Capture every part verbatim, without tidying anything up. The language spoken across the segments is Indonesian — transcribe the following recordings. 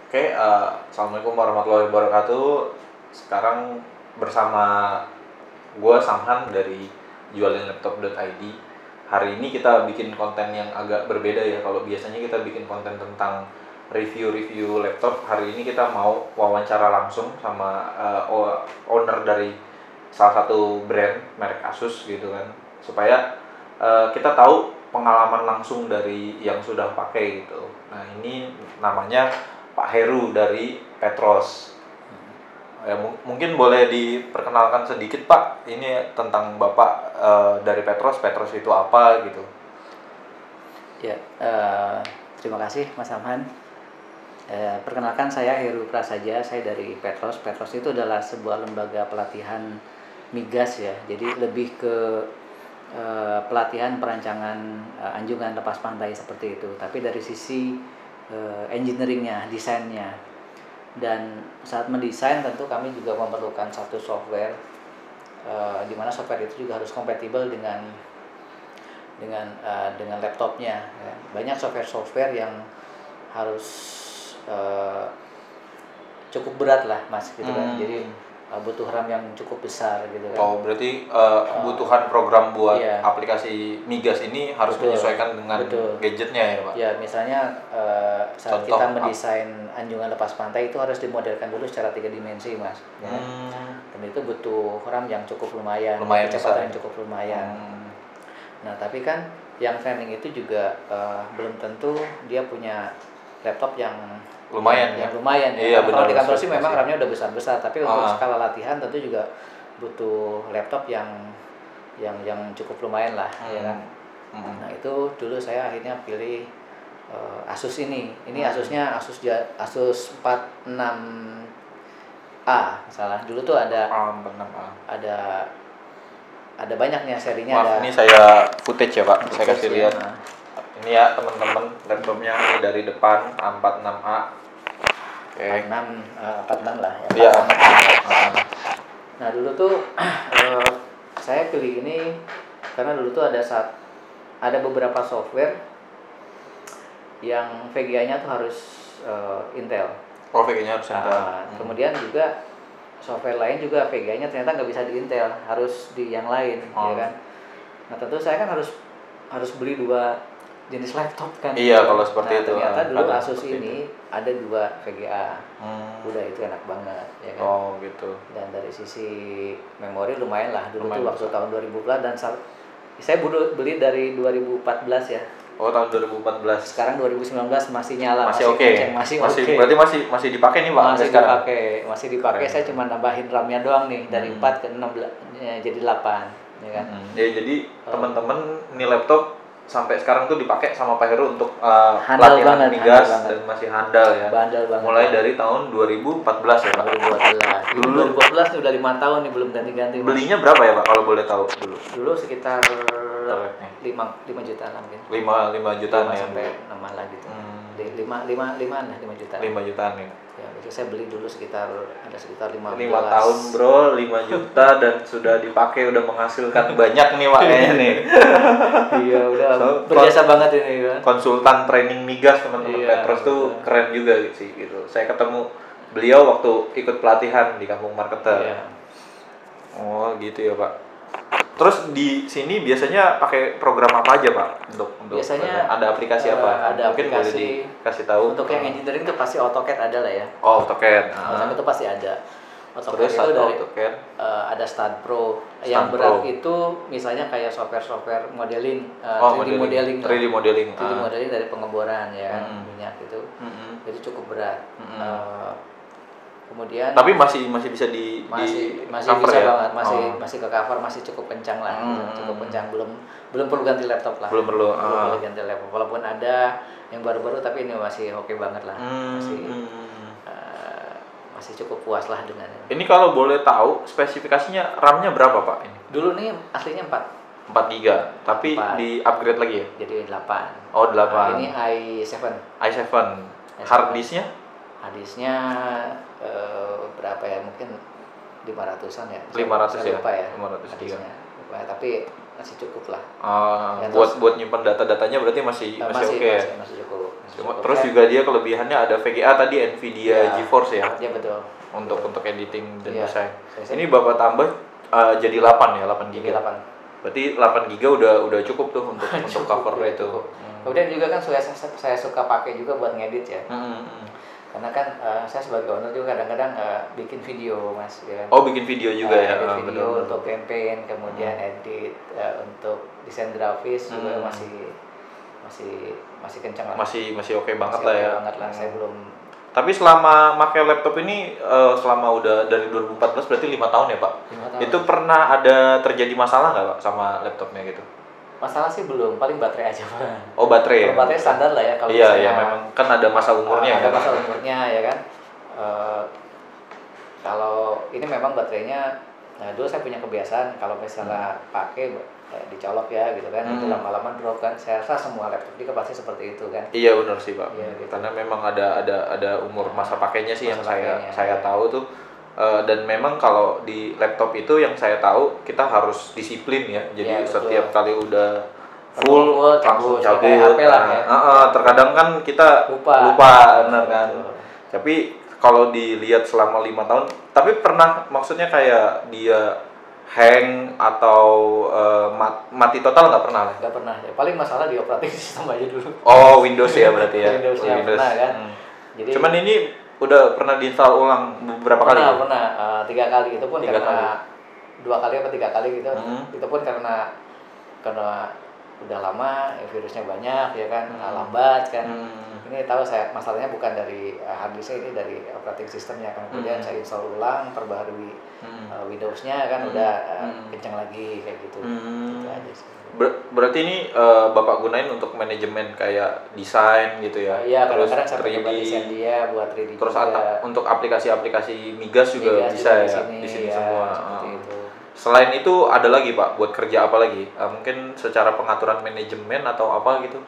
Oke, uh, assalamualaikum warahmatullahi wabarakatuh. Sekarang bersama gue Samhan dari jualin laptop dot i d. Hari ini kita bikin konten yang agak berbeda ya. Kalau biasanya kita bikin konten tentang review-review laptop, hari ini kita mau wawancara langsung sama uh, owner dari salah satu brand merek Asus gitu kan, supaya uh, kita tahu pengalaman langsung dari yang sudah pakai gitu. Nah, ini namanya Pak Heru dari Petros. Ya, m- mungkin boleh diperkenalkan sedikit Pak, ini tentang Bapak eh, dari Petros. Petros itu apa gitu? Ya, eh, terima kasih Mas Amhan. Eh, perkenalkan saya Heru Prasaja, saya dari Petros. Petros itu adalah sebuah lembaga pelatihan migas ya. Jadi lebih ke eh, pelatihan perancangan eh, anjungan lepas pantai seperti itu. Tapi dari sisi eh, engineeringnya, desainnya. Dan saat mendesain tentu kami juga memerlukan satu software, eh, di mana software itu juga harus kompatibel dengan dengan uh, dengan laptopnya ya. Banyak software-software yang harus uh, cukup berat lah Mas gitu kan. Hmm. Jadi uh, butuh RAM yang cukup besar gitu kan. Oh, berarti eh, kebutuhan program buat iya. aplikasi migas ini harus Betul. menyesuaikan dengan Betul. gadgetnya ya Pak? Ya, misalnya uh, saat Contoh, kita mendesain anjungan lepas pantai itu harus dimodelkan dulu secara tiga dimensi Mas ya. Hmm. Dan itu butuh RAM yang cukup lumayan, Lumayan kecepatan besar. yang cukup lumayan. Hmm. Nah, tapi kan yang training itu juga uh, belum tentu dia punya laptop yang Lumayan yang, ya? yang lumayan ya. Iya, Karena kalau benar, di kantor sih benar, memang benar. RAM-nya udah besar-besar, tapi untuk Ah. skala latihan tentu juga butuh laptop yang yang yang cukup lumayan lah Hmm. ya kan. Hmm. Nah, itu dulu saya akhirnya pilih uh, Asus ini. Ini Hmm. Asusnya Asus ja- Asus empat enam A salah. Dulu tuh ada Ah, benar, ah. ada ada banyaknya serinya. Maaf, ada ini saya footage ya Pak, saya Footage kasih ya. lihat. Ini ya teman-teman, laptopnya ini dari depan A empat enam A. Oke. empat enam eh, empat enam lah ya. Iya. Nah, dulu tuh eh, saya pilih ini karena dulu tuh ada saat ada beberapa software yang V G A-nya tuh harus eh, Intel. Oh, V G-nya harus Intel. Ah, Hmm. Kemudian juga software lain juga V G A-nya ternyata nggak bisa di Intel, harus di yang lain, Oh. ya kan. Nah, tentu saya kan harus harus beli dua jenis laptop kan. Iya, kalau seperti nah, itu, ternyata ah, dulu ada Asus seperti ini ada dua V G A. Hmm. Udah itu enak banget, ya kan. Oh, gitu. Dan dari sisi memori lumayan lah dulu Lumayan tuh waktu besar. tahun dua ribu empat belas dan sal- saya beli beli dari dua ribu empat belas ya. Oh, tahun dua ribu empat belas. Sekarang dua ribu sembilan belas masih nyala, Masih oke. kenceng, masih Masih oke. berarti masih masih dipakai nih Pak Masih sampai sekarang? dipakai, masih dipakai. Keren. Saya cuma nambahin RAM-nya doang nih dari Hmm. empat ke enam belas ya, jadi delapan, ya kan. Hmm. Ya, jadi Oh. teman-teman ini laptop sampai sekarang tuh dipakai sama Pak Heru untuk uh, Handal pelatihan banget, migas handal banget. dan masih handal ya. Bandel banget. Mulai dari tahun dua ribu empat belas ya Pak. dua ribu empat belas. Dulu Dulu- dua ribu empat belas nih udah lima tahun nih belum ganti-ganti. Mas. Belinya berapa ya Pak kalau boleh tahu dulu? Dulu sekitar Internetnya. lima lima jutaan lah mungkin. lima lima jutaan lima ya. sampai enam lah gitu. Hmm. Di lima lima lima lah lima juta. lima jutaan ya. Ya, itu saya beli dulu sekitar ada sekitar lima belas. lima tahun bro, lima juta dan sudah dipakai, udah menghasilkan banyak nih Pak kayaknya nih. Iya, udah So, berjasa banget ini kan. Konsultan training migas teman-teman Iya, Petros tuh betul. keren juga sih gitu. Saya ketemu beliau waktu ikut pelatihan di Kampung Marketer. Iya. Oh gitu ya Pak. Terus di sini biasanya pakai program apa aja Pak untuk untuk Biasanya, ada aplikasi eh, apa? ada Mungkin boleh aplikasi- dikasih tahu. Untuk yang engineering itu pasti AutoCAD ada lah ya. Oh, AutoCAD. AutoCAD itu pasti ada. AutoCAD Terus itu satu dari AutoCAD. eh, ada Stan Pro. Stan Yang berat Pro. itu misalnya kayak software-software modeling, eh, Oh, tiga D modeling, lah. tiga D modeling. tiga D Ah. modeling dari pengeboran ya kan, Hmm. minyak itu. Mm-mm. Jadi cukup berat. Mm-mm. Eh, kemudian Tapi masih masih bisa di masih di masih cover bisa ya? banget, masih Oh. masih ke cover, masih cukup kencang lah, Hmm. cukup kencang, belum belum perlu ganti laptop lah. Belum perlu, belum ah. perlu ganti laptop. Walaupun ada yang baru-baru tapi ini masih oke banget lah, Hmm. masih Hmm. eh, masih cukup puas lah dengan ini. Ini kalau boleh tahu spesifikasinya RAM-nya berapa Pak ini? Dulu nih aslinya empat, empat giga, tapi Empat. di upgrade lagi ya? jadi delapan. Oh, delapan. Nah, ini i tujuh. i tujuh. Hard disk-nya? Hadisnya eh, berapa ya? Mungkin lima ratusan ya. Saya- lima ratus saya ya? lupa ya. lima ratus giga. hadisnya. Lupa, tapi masih cukup lah. Uh, Ya, buat terus- buat nyimpan data-datanya berarti masih Nah, masih masih, oke ya. masih, masih cukup. Masih Cuma- cukup. Terus Saya- juga dia kelebihannya ada V G A tadi, Nvidia Ya. GeForce ya, Ya betul. untuk untuk editing dan Iya. desain. Saya- Ini Bapak tambah uh, jadi delapan ya, delapan Jadi giga. delapan. Berarti delapan giga udah udah cukup tuh untuk untuk Cukup, cover ya, itu. cukup. Hmm. Kemudian juga kan saya, saya suka pakai juga buat ngedit ya. Hmm, hmm. Karena kan eh, saya sebagai owner juga kadang-kadang eh, bikin video mas ya kan? Oh, bikin video juga Eh, ya. edit Ah, video benar-benar. untuk campaign, kemudian Hmm. edit eh, untuk desain grafis juga Hmm. masih masih masih kencang lah. Masih masih oke banget Masih lah oke ya. banget lah. Saya belum. Tapi selama pakai laptop ini eh, selama udah dari dua ribu empat belas berarti lima tahun ya Pak? lima tahun. Itu pernah ada terjadi masalah nggak Pak sama laptopnya gitu? Masalah sih belum, paling baterai aja pak. Oh, baterai ya? Kalau baterai standar lah ya kalau Iya, misalnya- iya memang kan ada masa umurnya ada kan? masa umurnya ya kan. Eh, kalau ini memang baterainya, nah dulu saya punya kebiasaan kalau misalnya pakai eh, dicolok ya gitu kan, Hmm. itu lama-lama drop kan. Saya rasa semua laptop juga pasti seperti itu kan. Iya benar sih Pak. Iya, gitu. Karena memang ada ada ada umur masa pakainya sih Masa yang saya pakainya, saya iya. tahu tuh. Eh, dan memang kalau di laptop itu yang saya tahu kita harus disiplin ya. Jadi Iya, betul. setiap kali udah Full, full full, langsung cabut. cabut. Kayak H P lah Nah, ya. eh, eh, terkadang kan kita Lupa. lupa benar kan. Betul. Tapi kalau dilihat selama lima tahun, tapi pernah maksudnya kayak dia hang atau eh, mat- mati total nggak pernah lah? Nggak pernah ya. Paling masalah di operating system aja dulu. Oh, Windows ya berarti ya. Windowsnya pernah kan. Hmm. Jadi Cuman ini udah pernah diinstal ulang beberapa kali? pernah ya? pernah eh, tiga kali itu pun Tiga karena dua kali apa tiga kali gitu. Hmm. Itu pun karena karena udah lama ya, virusnya banyak ya kan, Hmm. lambat kan. Hmm. Ini tahu saya masalahnya bukan dari uh, hard disknya, ini dari operating systemnya kan. Kemudian Hmm. saya install ulang, perbaharui Hmm. uh, Windowsnya kan Hmm. udah uh, Hmm. kencang lagi kayak gitu. Hmm. Gitu aja sih. Ber- berarti ini eh, Bapak gunain untuk manajemen kayak desain gitu ya? Iya, Terus kadang-kadang saya pakai tiga D, buat desain dia, buat tiga D terus juga. ata- untuk aplikasi-aplikasi migas juga Migas bisa juga ya di sini, di sini ya, semua. seperti Ah. itu. Selain itu ada lagi Pak buat kerja apa lagi? Eh, mungkin secara pengaturan manajemen atau apa gitu?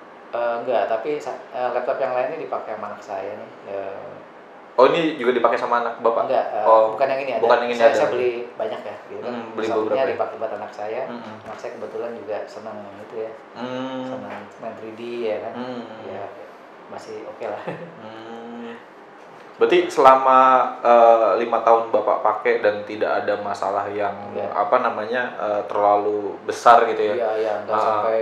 Uh, enggak, tapi sa- uh, laptop yang lainnya dipakai sama anak saya nih. Uh, Oh, ini juga dipakai sama anak Bapak? enggak, uh, Oh, bukan yang ini ada. bukan yang ini saya, ada. saya beli banyak ya, gitu kan. Hmm, beli Satunya beberapa ya? dipakai buat anak saya. Mm-mm. Anak saya kebetulan juga senang itu ya, Hmm. senang main tiga D ya kan. Hmm. Ya masih oke lah. Hmm. Berarti selama eh, lima tahun Bapak pakai dan tidak ada masalah yang Enggak. apa namanya eh, terlalu besar gitu ya? Iya, iya, enggak Ah. sampai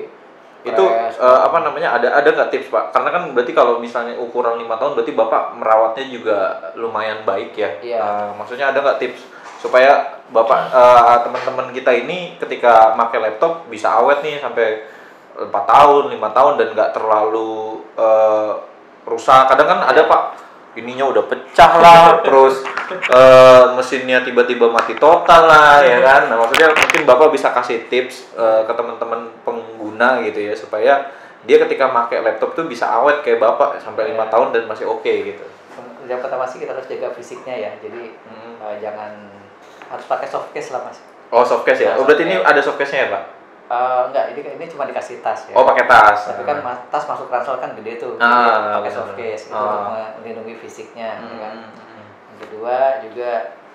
Itu crash, eh, apa namanya ada ada nggak tips Pak? Karena kan berarti kalau misalnya ukuran lima tahun berarti Bapak merawatnya juga lumayan baik ya. Iya. Eh, maksudnya ada nggak tips supaya Bapak eh, teman-teman kita ini ketika pakai laptop bisa awet nih sampai empat tahun, lima tahun dan nggak terlalu eh, rusak. Kadang kan ada Pak ininya udah pecah lah, terus eh, mesinnya tiba-tiba mati total lah ya kan. Nah, maksudnya mungkin Bapak bisa kasih tips eh, ke teman-teman pengguna gitu ya supaya dia ketika pakai laptop tuh bisa awet kayak Bapak sampai lima Ya. tahun dan masih oke gitu. yang pertama sih kita harus jaga fisiknya ya. Jadi Hmm. eh, jangan harus pakai soft case lah Mas. Oh, softcase ya. Nah, Oh, berarti ini softcase. ada softcase-nya ya, Pak? Eh, enggak, ini ini cuma dikasih tas ya. Oh, pakai tas. Tapi kan ma- tas masuk ransel kan gede tuh. Ah, Jadi pakai benar. soft case itu Ah. untuk melindungi fisiknya ya kan. Hmm. Yang kedua juga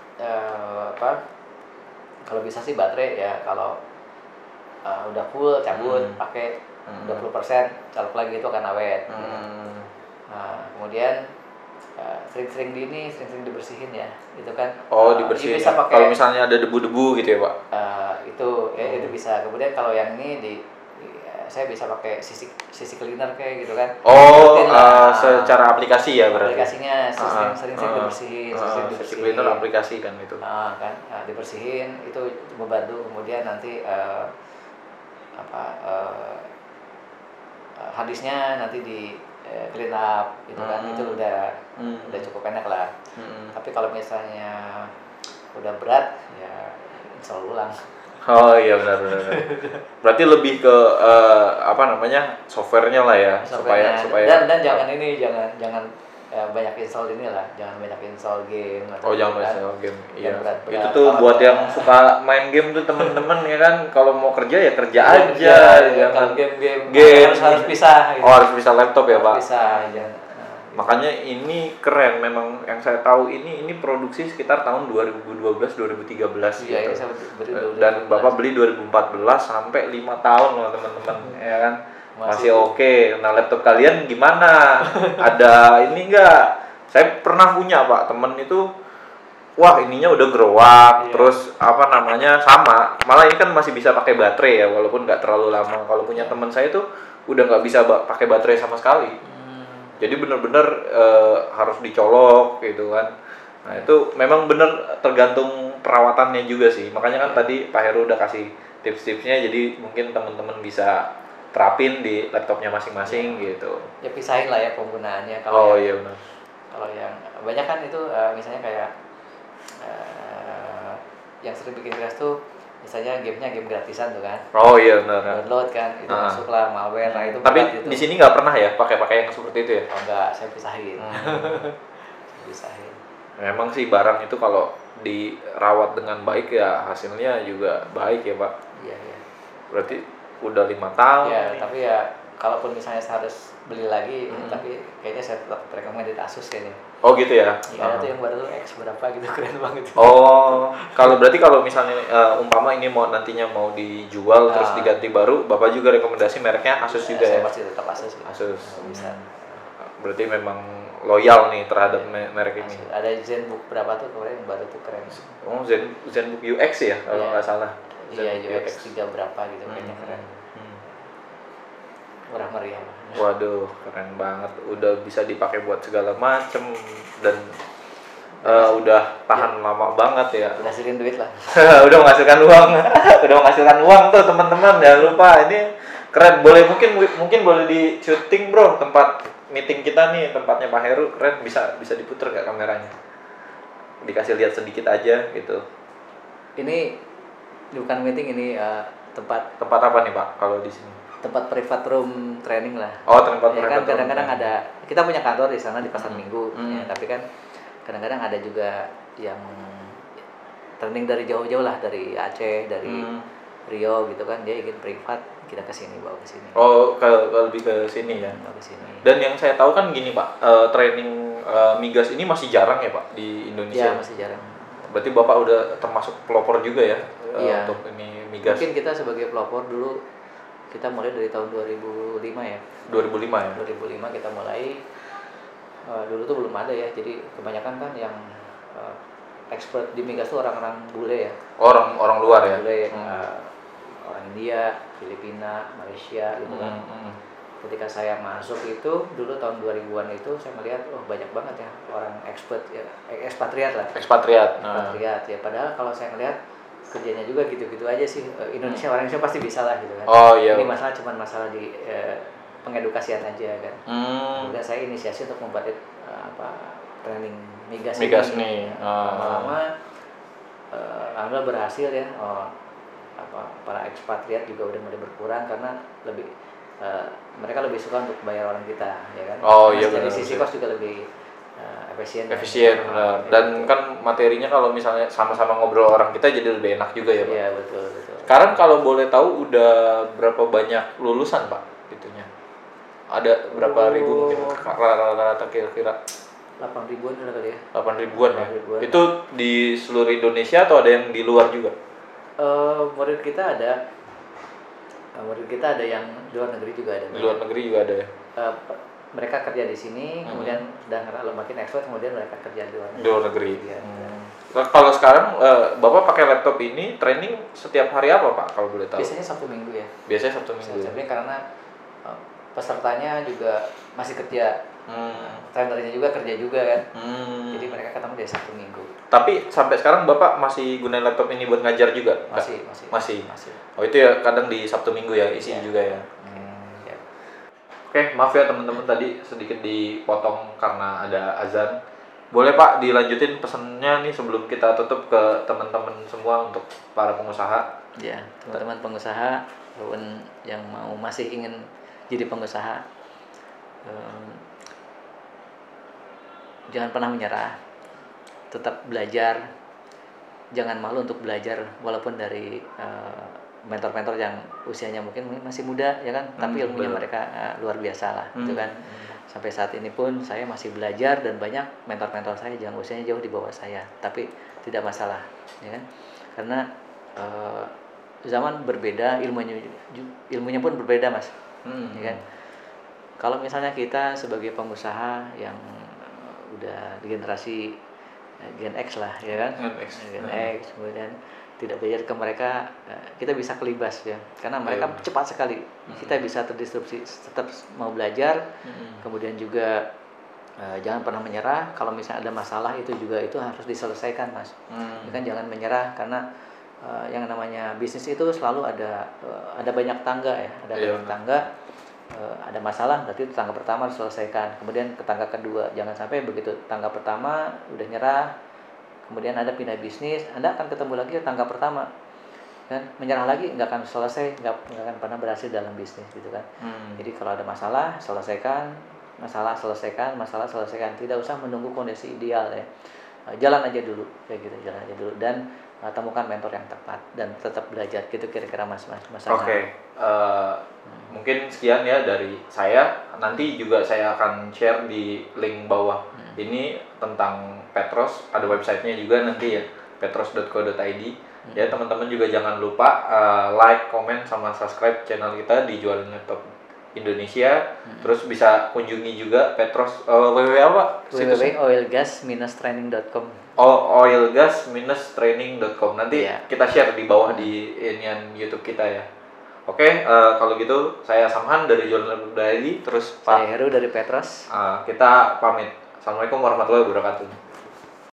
eh, apa? Kalau bisa sih baterai ya kalau eh, udah full cabut Hmm. pakai Hmm. dua puluh persen colok lagi itu akan awet. Hmm. Nah, kemudian eh, sering-sering di ini sering-sering dibersihin ya. Itu kan. Oh, eh, dibersihin. Bisa ya. pakai Kalau misalnya ada debu-debu gitu ya, Pak? eh, itu ya, Hmm. itu bisa. Kemudian kalau yang ini di, di- eh, saya bisa pakai sisi sisi cleaner kayak gitu kan. Oh, Rutin eh, lah. secara aplikasi ya berarti. Aplikasinya sering Ah, sering ah, dibersihin, ah, sering Sisi dibersihin. cleaner aplikasi kan itu. Ah, kan, ah, dibersihin itu membantu. Kemudian nanti eh, apa eh, eh, hadisnya nanti di eh, clean up gitu kan. Hmm. Itu udah Hmm. udah cukup enak lah. Hmm. Tapi kalau misalnya udah berat ya install ulang. Oh iya benar benar. benar. Berarti lebih ke eh, apa namanya softwarenya lah ya supaya Softwarenya. supaya. dan dan jangan ini jangan jangan eh, banyak install inilah, jangan banyak install game Oh jangan kan. main game, iya. Yang berat-berat. Itu tuh Kalau buat ada- yang suka main game tuh temen-temen ya kan. Kalau mau kerja ya kerja Iya, aja, iya, jangan kalau game-game game. harus harus pisah gitu. Oh harus bisa laptop ya Pak. Pisah jangan. Nah, gitu. makanya ini keren memang. Yang saya tahu ini ini produksi sekitar tahun dua ribu dua belas dua ribu tiga belas iya, gitu. Iya, saya beri dua ribu Dan empat belas. Bapak beli dua ribu empat belas sampai lima tahun loh teman-teman, ya kan? Masih, Masih oke. Okay. Nah, laptop kalian gimana? Ada ini enggak? Saya pernah punya, Pak, temen itu, wah ininya udah gerowak, iya. Terus apa namanya sama, malah ini kan masih bisa pakai baterai ya, walaupun nggak terlalu lama. Kalau punya iya. Teman saya tuh udah nggak bisa ba- pakai baterai sama sekali, hmm. Jadi bener-bener uh, harus dicolok gitu kan. Nah iya. Itu memang bener tergantung perawatannya juga sih. Makanya kan iya. Tadi Pak Heru udah kasih tips-tipsnya, jadi mungkin teman-teman bisa terapin di laptopnya masing-masing iya. Gitu. Ya pisahin lah ya penggunaannya. Kalau oh iya benar. Kalau yang banyak kan itu uh, misalnya kayak uh, yang sering bikin crash tuh misalnya gamenya game gratisan tuh kan. Oh iya benar. Download kan itu ah. Masuk lah malware. Nah itu. Tapi di sini nggak pernah ya pakai-pakai yang seperti itu ya? Oh enggak, saya pisahin. Hmm. Saya pisahin. Memang sih barang itu kalau dirawat dengan baik ya hasilnya juga baik ya Pak. Iya iya. Berarti udah lima tahun. Iya tapi ya kalaupun misalnya saya harus beli lagi, hmm. tapi kayaknya saya tetap recommended Asus kayaknya. Oh gitu ya? Iya, ada tuh yang baru tuh X berapa gitu, keren banget. Oh, kalau berarti kalau misalnya uh, umpama ini mau nantinya mau dijual nah. Terus diganti baru, Bapak juga rekomendasi mereknya Asus ya, juga saya ya? Saya pasti tetap Asus. Gitu. Asus. Oh, bisa. Berarti memang loyal nih terhadap ya, merek ini. Asus. Ada ZenBook berapa tuh kemarin yang baru tuh keren. Oh, Zen ZenBook U X ya kalau nggak ya. Salah. Iya, U X tiga berapa gitu hmm. kayaknya keren. Murah meriah. Waduh, keren banget. Udah bisa dipakai buat segala macem dan uh, udah tahan ya. Lama banget ya. Menghasilkan duit lah. Udah menghasilkan uang. Udah menghasilkan uang tuh teman-teman. Jangan lupa ini keren. Boleh mungkin mungkin boleh di syuting bro tempat meeting kita nih, tempatnya Pak Heru keren. Bisa bisa diputer nggak kameranya? Dikasih lihat sedikit aja gitu. Ini bukan meeting, ini uh, tempat tempat apa nih Pak kalau di sini? Tempat private room training lah. Oh, tempat ya private kan kadang-kadang ada, kita punya kantor di sana di Pasar hmm. Minggu, hmm. ya, tapi kan kadang-kadang ada juga yang training dari jauh-jauh lah, dari Aceh, dari hmm. Rio gitu kan, dia ingin privat, kita ke sini, bawa ke sini. Oh, ke, ke lebih ke sini ya. Bawa ke sini. Dan yang saya tahu kan gini Pak, uh, training uh, migas ini masih jarang ya Pak di Indonesia. Iya, masih jarang. Berarti Bapak udah termasuk pelopor juga ya iya. uh, untuk ini migas. Mungkin kita sebagai pelopor dulu, kita mulai dari tahun dua ribu lima ya. dua ribu lima ya? dua ribu lima kita mulai, uh, dulu tuh belum ada ya, jadi kebanyakan kan yang uh, expert di migas tuh orang-orang bule ya. Orang orang luar ya? Bule, hmm. uh, orang India, Filipina, Malaysia gitu kan. Hmm, hmm. Ketika saya masuk itu, dulu tahun dua ribuan itu saya melihat, oh banyak banget ya orang expert ya, ekspatriat lah. Ekspatriat. Ekspatriat ya, padahal kalau saya melihat kerjanya juga gitu-gitu aja sih. Indonesia, hmm. orang Indonesia pasti bisa lah gitu kan. Oh iya. Ini masalah cuma masalah di eh, pengedukasian aja kan. Hmm. Kemudian saya inisiasi untuk membuat eh, apa training migas, migas ini. nih. Lama-lama eh, alhamdulillah berhasil ya. Oh, apa para ekspatriat juga udah mulai berkurang karena lebih eh, mereka lebih suka untuk bayar orang kita ya kan. Oh iya benar. Dari sisi kos juga lebih Uh, efisien efisien kan? Dan kan materinya kalau misalnya sama-sama ngobrol orang kita jadi lebih enak juga ya Pak. Iya betul betul. Sekarang kalau boleh tahu udah berapa banyak lulusan Pak itunya? Ada berapa oh. ribu mungkin rata-rata kira-kira? delapan ribuan udah kali ya. delapan ribuan ya. Ribuan. Itu di seluruh Indonesia atau ada yang di luar juga? Uh, murid kita ada uh, murid kita ada yang di luar negeri juga ada. Di luar negeri juga ada ya. Uh, mereka kerja di sini, hmm. kemudian udah makin expert, kemudian mereka kerja di luar negeri. Di luar negeri. Ya, hmm. Kalau sekarang uh, Bapak pakai laptop ini training setiap hari apa Pak kalau boleh tahu? Biasanya Sabtu Minggu ya. Biasanya Sabtu Minggu. Biasanya karena uh, pesertanya juga masih kerja, hmm. trainernya juga kerja juga kan. Hmm. Jadi mereka ketemu di Sabtu Minggu. Tapi sampai sekarang Bapak masih gunain laptop ini buat ngajar juga? Masih, masih. Masih. Masih. Oh itu ya kadang di Sabtu Minggu ya isi ya. Juga ya. Oke, maaf ya teman-teman tadi sedikit dipotong karena ada azan. Boleh Pak dilanjutin pesannya nih sebelum kita tutup ke teman-teman semua untuk para pengusaha. Ya, teman-teman pengusaha ataupun yang mau masih ingin jadi pengusaha, um, jangan pernah menyerah. Tetap belajar. Jangan malu untuk belajar walaupun dari uh, mentor-mentor yang usianya mungkin masih muda ya kan, hmm, tapi ilmunya betul. Mereka uh, luar biasa lah, hmm. gitu kan. Sampai saat ini pun saya masih belajar dan banyak mentor-mentor saya yang usianya jauh di bawah saya, tapi tidak masalah, ya kan? Karena uh, zaman berbeda, ilmunya ilmunya pun berbeda, Mas. Hmm. Ya kan? Kalau misalnya kita sebagai pengusaha yang udah di generasi Gen X lah, ya kan? Gen X, Gen X kemudian tidak belajar ke mereka, kita bisa kelibas ya, karena mereka yeah. cepat sekali. Mm-hmm. Kita bisa terdisrupsi, tetap mau belajar, mm-hmm. kemudian juga uh, jangan pernah menyerah. Kalau misalnya ada masalah itu juga itu harus diselesaikan, Mas. Mm-hmm. Ya kan, jangan menyerah, karena uh, yang namanya bisnis itu selalu ada uh, ada banyak tangga ya, ada yeah. banyak tangga. Uh, ada masalah, berarti itu tangga pertama harus selesaikan. Kemudian ke tangga kedua, jangan sampai begitu tangga pertama udah nyerah, kemudian Anda pindah bisnis, Anda akan ketemu lagi ke tangga pertama, kan? Menyerah lagi nggak akan selesai, nggak nggak akan pernah berhasil dalam bisnis, gitu kan? Hmm. Jadi kalau ada masalah, selesaikan, masalah selesaikan, masalah selesaikan, tidak usah menunggu kondisi ideal ya, jalan aja dulu, kayak gitu, jalan aja dulu, dan uh, temukan mentor yang tepat dan tetap belajar, gitu kira-kira Mas Mas. Mas Oke, okay. uh, hmm. mungkin sekian ya dari saya. Nanti juga saya akan share di link bawah. Hmm. Ini tentang Petros, ada websitenya juga nanti ya, petros dot co dot i d. Hmm. Ya, teman-teman juga jangan lupa uh, like, comment, sama subscribe channel kita di Jualin Laptop Indonesia. Hmm. Terus bisa kunjungi juga Petros uh, www apa? w w w titik oilgas dash training dot com. Oh, oilgas dash training dot com. Nanti yeah. kita share di bawah hmm. di inian YouTube kita ya. Oke, okay, uh, kalau gitu saya Samhan dari Jualin Laptop dot i d, terus Pak Heru dari Petros. Uh, kita pamit. Assalamualaikum warahmatullahi wabarakatuh.